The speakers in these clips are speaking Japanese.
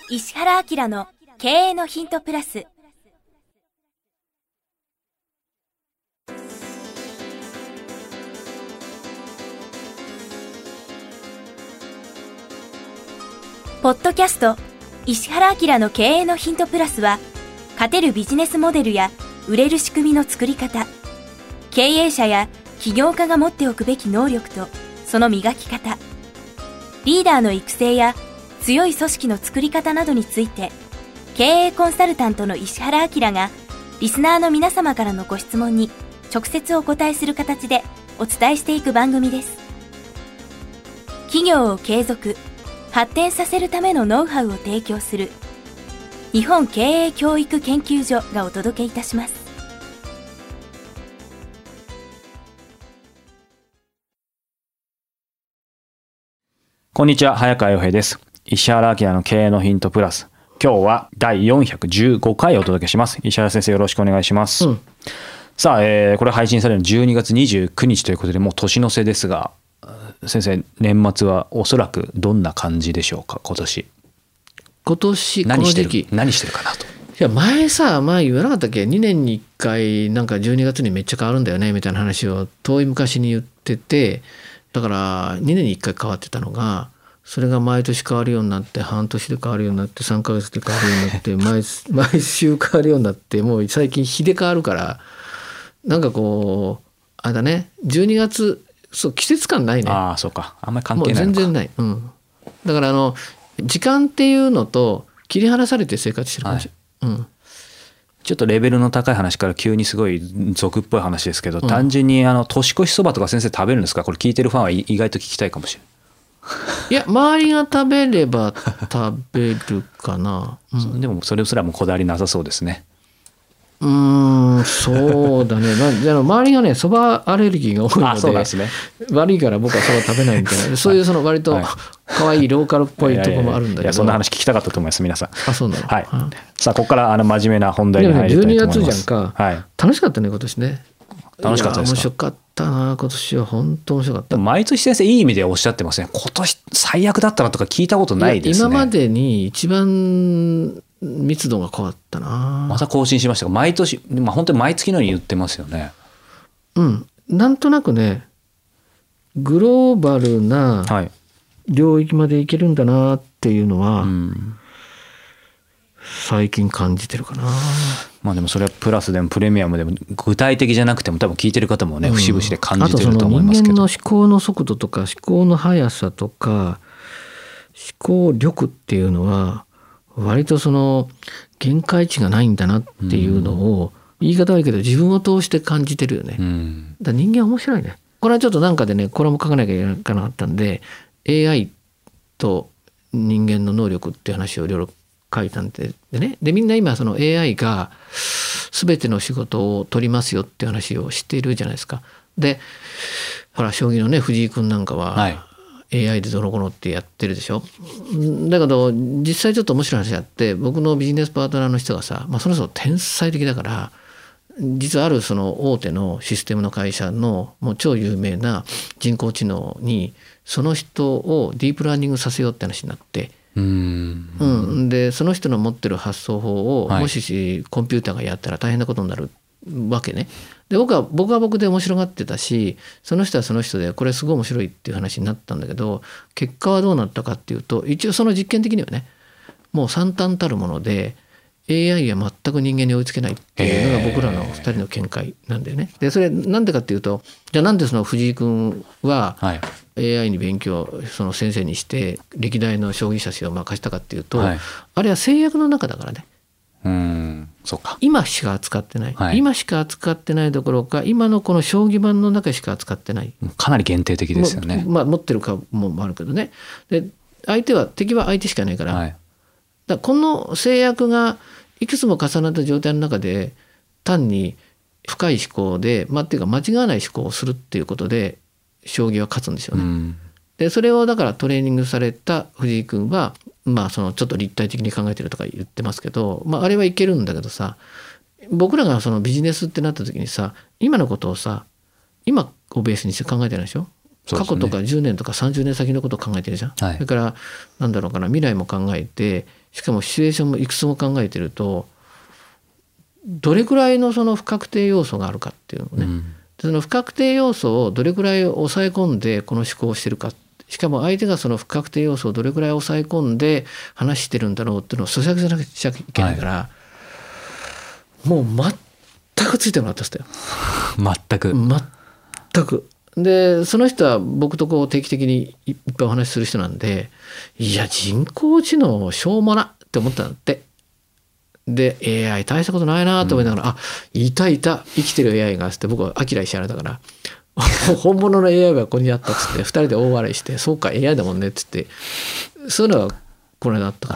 石原明の経営のヒントプラス。ポッドキャスト石原明の経営のヒントプラスは、勝てるビジネスモデルや売れる仕組みの作り方、経営者や起業家が持っておくべき能力とその磨き方、リーダーの育成や強い組織の作り方などについて、経営コンサルタントの石原明がリスナーの皆様からのご質問に直接お答えする形でお伝えしていく番組です。企業を継続発展させるためのノウハウを提供する日本経営教育研究所がお届けいたします。 こんにちは、早川洋平です。石原明の経営のヒントプラス。今日は第415回をお届けします。石原先生、よろしくお願いします。さあ、これ配信されるの12月29日ということで、もう年の瀬ですが、先生、年末はおそらくどんな感じでしょうか、今年。 この時期何してるかなと。 いや前言わなかったっけ、2年に1回なんか12月にめっちゃ変わるんだよねみたいな話を遠い昔に言ってて、だから2年に1回変わってたのが、それが毎年変わるようになって、半年で変わるようになって、3ヶ月で変わるようになって毎週変わるようになって、もう最近日で変わるから、なんかこうあれだね、12月そう季節感ないね。 ああ、そうか、あんまり関係ないのか。 もう全然ない、だから時間っていうのと切り離されて生活してる感じ、 ちょっとレベルの高い話から急にすごい俗っぽい話ですけど、単純に年越しそばとか先生食べるんですか？これ聞いてるファンは意外と聞きたいかもしれない。 いや、周りが食べれば食べるかな、 でもそれすらもこだわりなさそうですね。 そうだね、周りがね、そばアレルギーが多いので、 そうなんですね、 悪いから僕はそば食べないみたいなそういう割と可愛いローカルっぽいところもあるんだけど、 いやそんな話聞きたかったと思います、皆さん。 そうなの、 はい。さあ、ここから真面目な本題に入りたいと思います。 12月じゃんか、楽しかったね今年ね。 楽しかったですか？ 面白かったな、今年は本当面白かった。 毎年先生いい意味でおっしゃってますね。今年最悪だったなとか聞いたことないですね。 今までに一番密度が変わったな。 また更新しましたが、毎年、本当に毎月のように言ってますよね。 なんとなくね、グローバルな領域までいけるんだなっていうのは、最近感じてるかな。 でもそれはプラスでもプレミアムでも具体的じゃなくても多分聞いてる方もね、節々で感じてると思いますけど、 あと人間の思考の速度とか思考の速さとか思考力っていうのは割と限界値がないんだなっていうのを、言い方はいいけど自分を通して感じてるよね。だから人間は面白いね。これはちょっとなんかでね、これも書かなきゃいけなかったんで、 AI と人間の能力っていう話をいろいろ書いたんでね。でみんな今AI が全ての仕事を取りますよっていう話をしているじゃないですか。でほら、将棋のね藤井君なんかは、AI でどのこのってやってるでしょ。だけど実際ちょっと面白い話があって、僕のビジネスパートナーの人がさ、その人天才的だから、実はある大手のシステムの会社のもう超有名な人工知能にその人をディープラーニングさせようって話になって、でその人の持ってる発想法をもしコンピューターがやったら大変なことになるわけね。で僕は僕で面白がってたし、その人はその人でこれすごい面白いっていう話になったんだけど、結果はどうなったかっていうと、一応その実験的にはね、もう惨憺たるもので AI は全く人間に追いつけないっていうのが僕らの2人の見解なんだよね。でそれなんでかっていうと、じゃあなんで藤井君は AI に勉強先生にして歴代の将棋指しを任したかっていうと、あれは制約の中だからね。 そうか。 今しか扱ってない、今しか扱ってないどころか、今のこの将棋盤の中しか扱ってない。 かなり限定的ですよね。 持ってるかもあるけどね。で敵は相手しかいないから、だからこの制約がいくつも重なった状態の中で単に深い思考で、っていうか間違わない思考をするっていうことで将棋は勝つんですよね。でそれをだからトレーニングされた藤井君はちょっと立体的に考えてるとか言ってますけど、あれはいけるんだけどさ、僕らがビジネスってなった時にさ、今のことをさ、今をベースにして考えてないでしょ。 過去とか10年とか30年先のことを考えてるじゃん、 はい、 それからなんだろうかな、未来も考えて、しかもシチュエーションもいくつも考えてると、どれくらいのその不確定要素があるかっていうのをね、その不確定要素をどれくらい抑え込んでこの思考をしてるか、しかも相手がその不確定要素をどれくらい抑え込んで話してるんだろうっていうのを咀嚼しなきゃいけないから、はい、もう全くついてもらってたよ。全くで、その人は僕とこう定期的にいっぱいお話しする人なんで、いや人工知能しょうもなって思ったんだって。で AI 大したことないなと思いながら、いた生きてる AI がって、僕はアキラ石原だから本物の AI がここにあったっつって2人で大笑いして、そうか AI だもんねっつって、そういうのがこれだったから、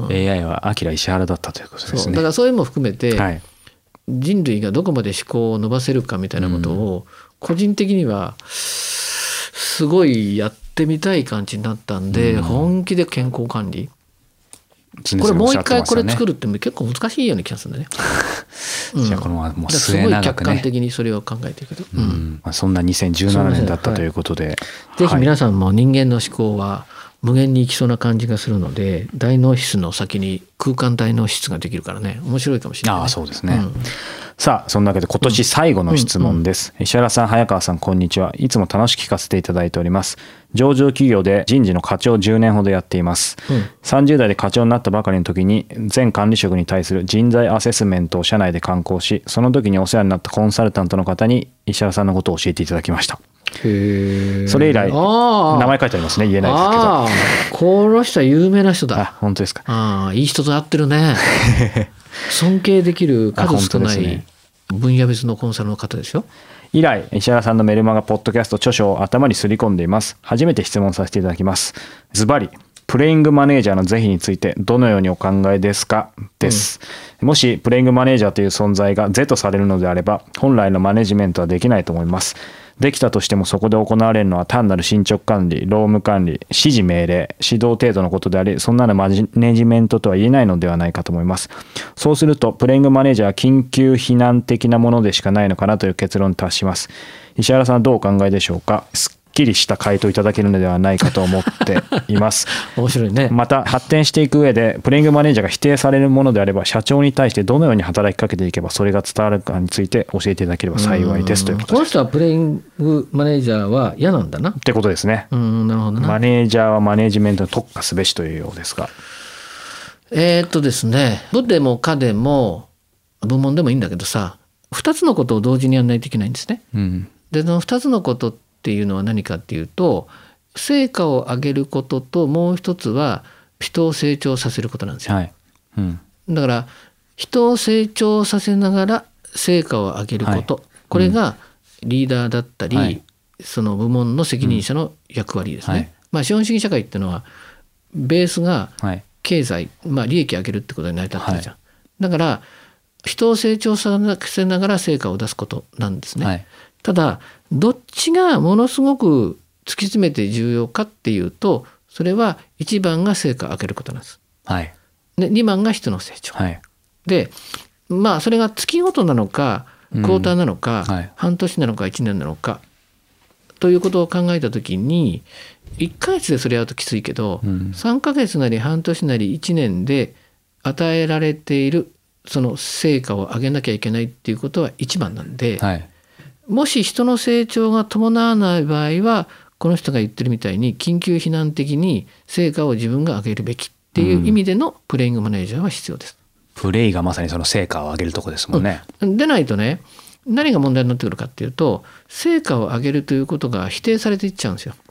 はい、AI はアキラ石原だったということですね。 そうだからそういうのも含めて、はい、人類がどこまで思考を伸ばせるかみたいなことを個人的にはすごいやってみたい感じになったんで、本気で健康管理、これもう一回これ作るって結構難しいような気がするんだね。 じゃあこのまま末永くね、 すごい客観的にそれを考えていくと、 そんな2017年だったということで、 ぜひ皆さんも人間の思考は無限にいきそうな感じがするので、大脳室の先に空間大脳室ができるからね、面白いかもしれないね。 そうですね、さあそんなわけで今年最後の質問です、石原さん、早川さん、こんにちは。いつも楽しく聞かせていただいております。上場企業で人事の課長を10年ほどやっています、30代で課長になったばかりの時に全管理職に対する人材アセスメントを社内で敢行し、その時にお世話になったコンサルタントの方に石原さんのことを教えていただきました。それ以来、名前書いてありますね、言えないですけど。 この人は有名な人だ。 本当ですか。 いい人と会ってるね。尊敬できる数少ない分野別のコンサルの方ですよ。 以来石原さんのメルマガ、ポッドキャスト、著書を頭にすり込んでいます。初めて質問させていただきます。ズバリプレイングマネージャーの是非についてどのようにお考えですかです、もしプレイングマネージャーという存在が是とされるのであれば、本来のマネジメントはできないと思います。できたとしてもそこで行われるのは単なる進捗管理、労務管理、指示命令、指導程度のことであり、そんなのマネジメントとは言えないのではないかと思います。そうするとプレイングマネージャーは緊急避難的なものでしかないのかなという結論に達します。石原さんはどうお考えでしょうか。すっきりした回答いただけるのではないかと思っています面白いね。 また発展していく上でプレイングマネージャーが否定されるものであれば、社長に対してどのように働きかけていけばそれが伝わるかについて教えていただければ幸いですということです。 この人はプレイングマネージャーは嫌なんだなってことですね。 なるほどな。 マネージャーはマネージメントに特化すべしというようですが、 ですね、部でも課でも部門でもいいんだけどさ、2つのことを同時にやらないといけないんですね、でその2つのことっていうのは何かっていうと、成果を上げることと、もう一つは人を成長させることなんですよ、だから人を成長させながら成果を上げること、これがリーダーだったり、その部門の責任者の役割ですね、資本主義社会っていうのはベースが経済、利益を上げるってことに成り立ってるじゃん、だから人を成長させながら成果を出すことなんですね、ただどっちがものすごく突き詰めて重要かっていうと、それは1番が成果を上げることなんです、で2番が人の成長、でそれが月ごとなのかクォーターなのか、半年なのか1年なのかということを考えたときに、1ヶ月でそれやるときついけど、3ヶ月なり半年なり1年で与えられているその成果を上げなきゃいけないっていうことは1番なんで、もし人の成長が伴わない場合は、この人が言ってるみたいに緊急避難的に成果を自分が上げるべきっていう意味でのプレイングマネージャーは必要です。 プレイがまさにその成果を上げるとこですもんね、 でないとね、何が問題になってくるかっていうと、成果を上げるということが否定されていっちゃうんですよ。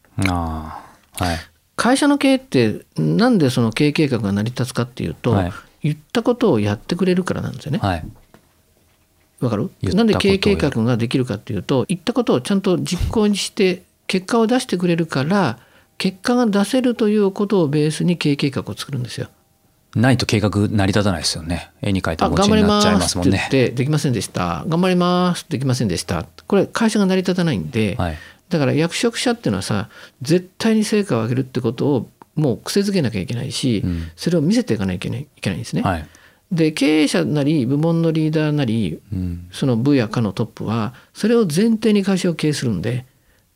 会社の経営ってなんでその経営計画が成り立つかっていうと、言ったことをやってくれるからなんですよね。わかる？なんで経営計画ができるかっていうと、言ったことをちゃんと実行にして結果を出してくれるから、結果が出せるということをベースに経営計画を作るんですよ。 ないと計画成り立たないですよね。絵に描いた餅になっちゃいますもんね。 頑張りますって言ってできませんでした、頑張りますできませんでした、これ会社が成り立たないんで、だから役職者っていうのはさ、絶対に成果を上げるってことをもう癖づけなきゃいけないし、それを見せていかなきゃいけないんですね、で経営者なり部門のリーダーなり、その部や課のトップはそれを前提に会社を経営するんで、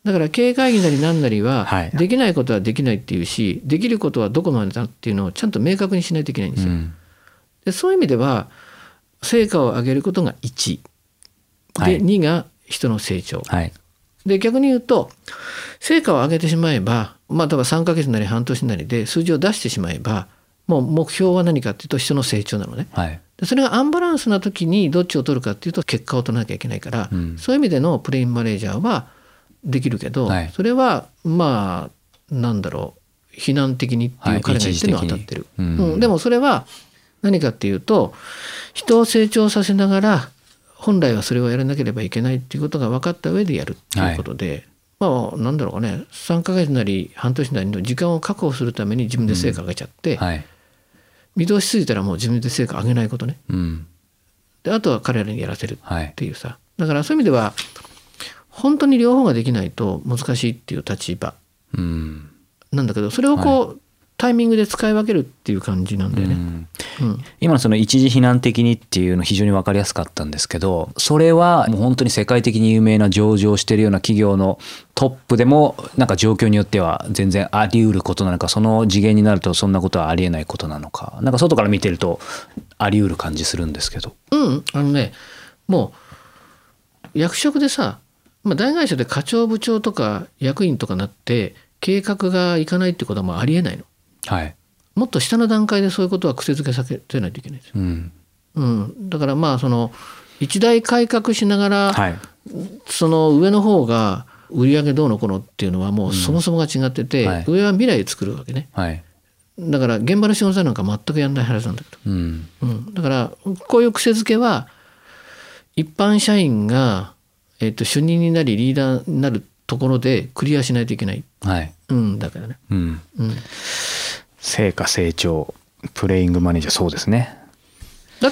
だから経営会議なり何なりは、 はいできないことはできないっていうし、できることはどこまでだっていうのをちゃんと明確にしないといけないんですよ。でそういう意味では成果を上げることが1で、 はい 2が人の成長、 はいで逆に言うと成果を上げてしまえば、例えば3ヶ月なり半年なりで数字を出してしまえば、もう目標は何かっていうと人の成長なのね。 はいでそれがアンバランスな時にどっちを取るかっていうと結果を取らなきゃいけないから、そういう意味でのプレインマネージャーはできるけど、 はいそれはなんだろう、非難的にっていう彼が言ってるのは当たってる、でもそれは何かっていうと、人を成長させながら本来はそれをやらなければいけないっていうことが分かった上でやるっていうことで、なんだろうかね、3ヶ月なり半年なりの時間を確保するために自分で成果上げちゃって、 はい見通しついたらもう自分で成果上げないことね。であとは彼らにやらせるっていうさ、だからそういう意味では本当に両方ができないと難しいっていう立場なんだけど、それをタイミングで使い分けるっていう感じなんだよね。 今のその一時避難的にっていうの非常に分かりやすかったんですけど、それはもう本当に世界的に有名な上場しているような企業のトップでもなんか状況によっては全然あり得ることなのか、その次元になるとそんなことはありえないことなのか、なんか外から見てるとあり得る感じするんですけど。 もう役職でさ、大会社で課長部長とか役員とかなって計画がいかないってことはもうありえないの。 はいもっと下の段階でそういうことは癖づけさせないといけないですよ。だからその一大改革しながら、その上の方が売り上げどうのこうのっていうのはもうそもそもが違ってて、上は未来を作るわけね。だから現場の仕事なんか全くやんないはずなんだけど、だからこういう癖づけは一般社員が、主任になりリーダーになるところでクリアしないといけない、だからね。 成果成長プレイングマネージャー、そうですね。 だって、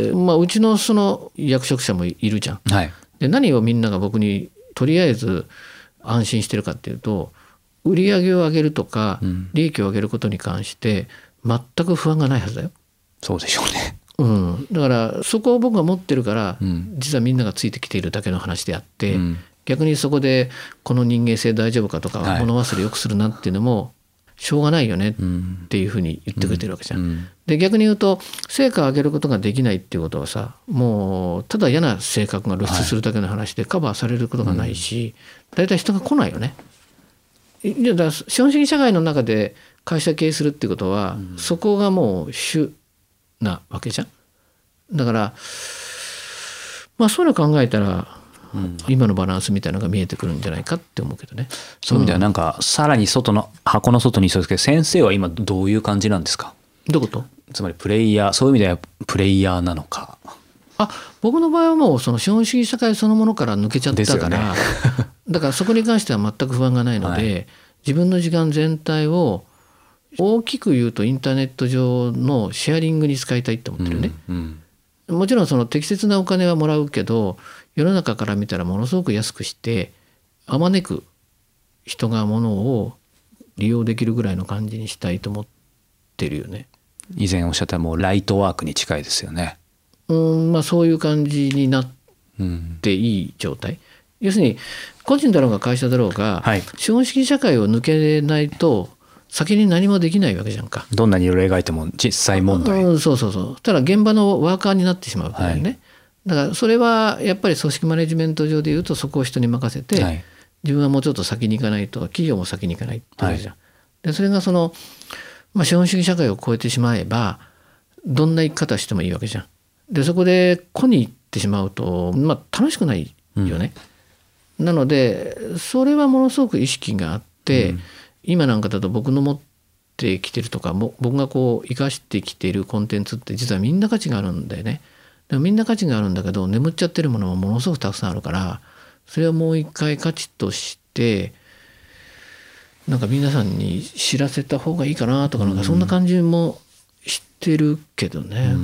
うちのその役職者もいるじゃん。で何をみんなが僕にとりあえず安心してるかっていうと、売り上げを上げるとか、利益を上げることに関して全く不安がないはずだよ。 そうでしょうね。 だからそこを僕が持ってるから、実はみんながついてきているだけの話であって、逆にそこでこの人間性大丈夫かとか、物忘れよくするなっていうのもしょうがないよねっていうふうに言ってくれてるわけじゃん。で逆に言うと成果を上げることができないっていうことはさ、もうただ嫌な性格が露出するだけの話でカバーされることがないし、だいたい人が来ないよね。だから資本主義社会の中で会社経営するっていうことは、そこがもう主なわけじゃん。だからそういうの考えたら、今のバランスみたいなのが見えてくるんじゃないかって思うけどね。 そういう意味ではなんかさらに箱の外にそうですけど、先生は今どういう感じなんですか？ どういうこと？ つまりプレイヤー、そういう意味ではプレイヤーなのか。 僕の場合はもうその資本主義社会そのものから抜けちゃったから、だからそこに関しては全く不安がないので、自分の時間全体を大きく言うとインターネット上のシェアリングに使いたいと思ってるね。もちろんその適切なお金はもらうけど、世の中から見たらものすごく安くしてあまねく人が物を利用できるぐらいの感じにしたいと思ってるよね。 以前おっしゃったもうライトワークに近いですよね。 そういう感じになっていい状態、要するに個人だろうが会社だろうが、資本主義社会を抜けないと先に何もできないわけじゃんか。 どんなにいろいろ描いても実際問題、 ただ現場のワーカーになってしまうからね、だからそれはやっぱり組織マネジメント上でいうと、そこを人に任せて、自分はもうちょっと先に行かないと企業も先に行かないってことじゃん。でそれがその、資本主義社会を超えてしまえばどんな生き方してもいいわけじゃん。でそこで個に行ってしまうと、楽しくないよね、なのでそれはものすごく意識があって、今なんかだと僕の持ってきてるとか僕がこう生かしてきているコンテンツって実はみんな価値があるんだよね。でもみんな価値があるんだけど、眠っちゃってるものもものすごくたくさんあるから、それをもう一回価値としてなんか皆さんに知らせた方がいいかなとか、なんかそんな感じもしてるけどね。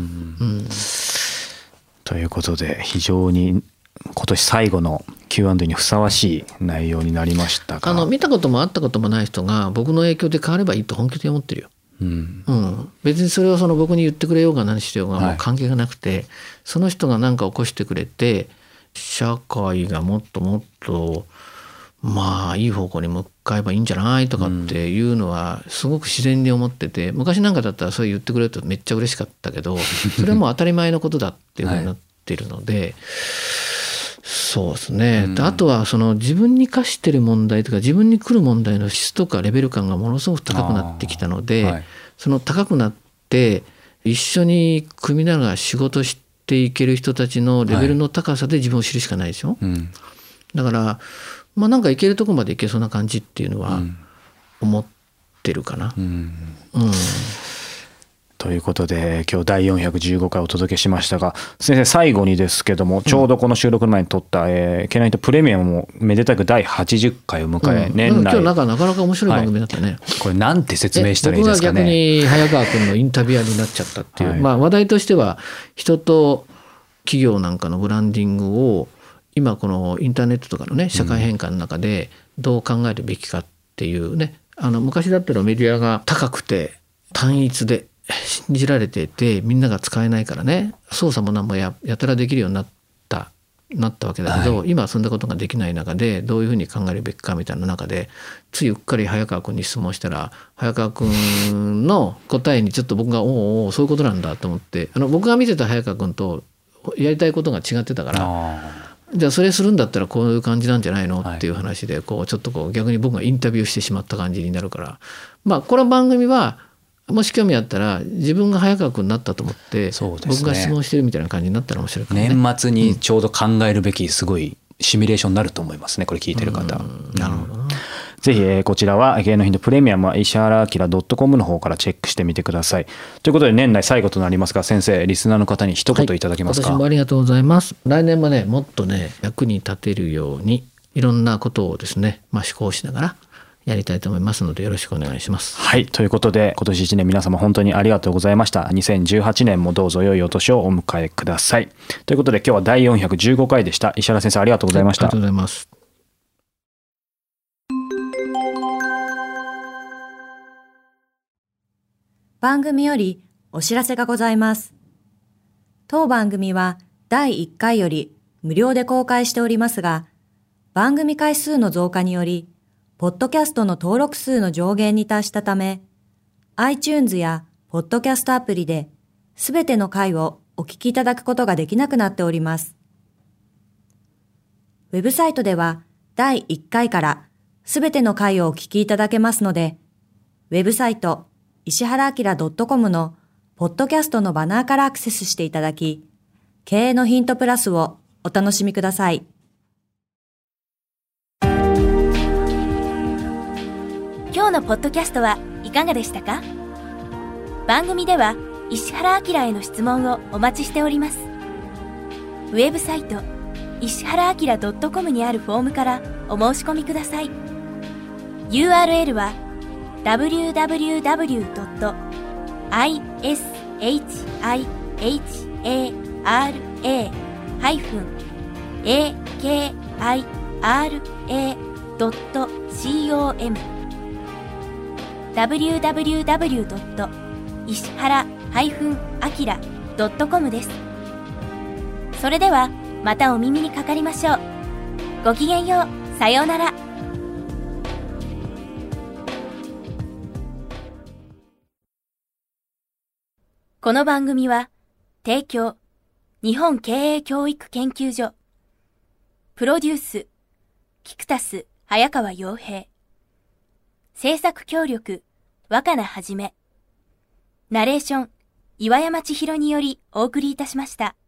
ということで非常に今年最後の Q&A にふさわしい内容になりましたが、 見たことも会ったこともない人が僕の影響で変わればいいと本気で思ってるよ。別にそれをその僕に言ってくれようが何しようがもう関係がなくて、その人が何か起こしてくれて社会がもっともっとまあいい方向に向かえばいいんじゃないとかっていうのはすごく自然に思ってて、昔なんかだったらそう言ってくれるとめっちゃ嬉しかったけど、それはもう当たり前のことだっていうふうになっているので、そうですね。あとはその自分に課してる問題とか自分に来る問題の質とかレベル感がものすごく高くなってきたので、その高くなって一緒に組みながら仕事していける人たちのレベルの高さで自分を知るしかないでしょ。だからまあなんかいけるとこまでいけそうな感じっていうのは思ってるかな。 ということで今日第415回お届けしましたが、先生最後にですけども、ちょうどこの収録の前に撮った経内とプレミアムもめでたく第80回を迎え、年内今日なかなか面白い番組だったね。 これなんて説明したらいいですかね。 僕が逆に早川君のインタビュアーになっちゃったっていう、まあ話題としては人と企業なんかのブランディングを今このインターネットとかのね社会変化の中でどう考えるべきかっていうね、昔だったらメディアが高くて単一で信じられていてみんなが使えないからね、操作も何も やたらできるようになったわけだけど、今はそんなことができない中でどういうふうに考えるべきかみたいな中で、ついうっかり早川君に質問したら早川君の答えにちょっと僕がおおそういうことなんだと思って、僕が見てた早川君とやりたいことが違ってたから、じゃあそれするんだったらこういう感じなんじゃないのっていう話でちょっと逆に僕がインタビューしてしまった感じになるから、まあこの番組はもし興味あったら自分が早川君になったと思って、僕が質問してるみたいな感じになったら面白いかもね。 年末にちょうど考えるべきすごいシミュレーションになると思いますね、これ聞いてる方。 なるほどな。 ぜひこちらは経営のヒントプレミアムは石原明 .com の方からチェックしてみてください。ということで年内最後となりますが、先生リスナーの方に一言いただけますか。 私もありがとうございます。来年もねもっとね役に立てるようにいろんなことをですね、試行しながらやりたいと思いますのでよろしくお願いします。 はい、ということで今年1年皆様本当にありがとうございました。2018年もどうぞ良いお年をお迎えください。ということで今日は第415回でした。石原先生ありがとうございました。 ありがとうございます。 番組よりお知らせがございます。当番組は第1回より無料で公開しておりますが、番組回数の増加によりポッドキャストの登録数の上限に達したため、iTunes やポッドキャストアプリで、すべての回をお聞きいただくことができなくなっております。ウェブサイトでは、第1回からすべての回をお聞きいただけますので、ウェブサイト、石原明 .com のポッドキャストのバナーからアクセスしていただき、経営のヒントプラスをお楽しみください。今日のポッドキャストはいかがでしたか？番組では石原明への質問をお待ちしております。ウェブサイト石原明 .com にあるフォームからお申し込みください。 URL は www.ishihara-akira.com www. 石原-akira.com です。それではまたお耳にかかりましょう。ごきげんよう。さようなら。この番組は提供日本経営教育研究所プロデュースキクタス早川洋平制作協力若菜はじめナレーション岩山千尋によりお送りいたしました。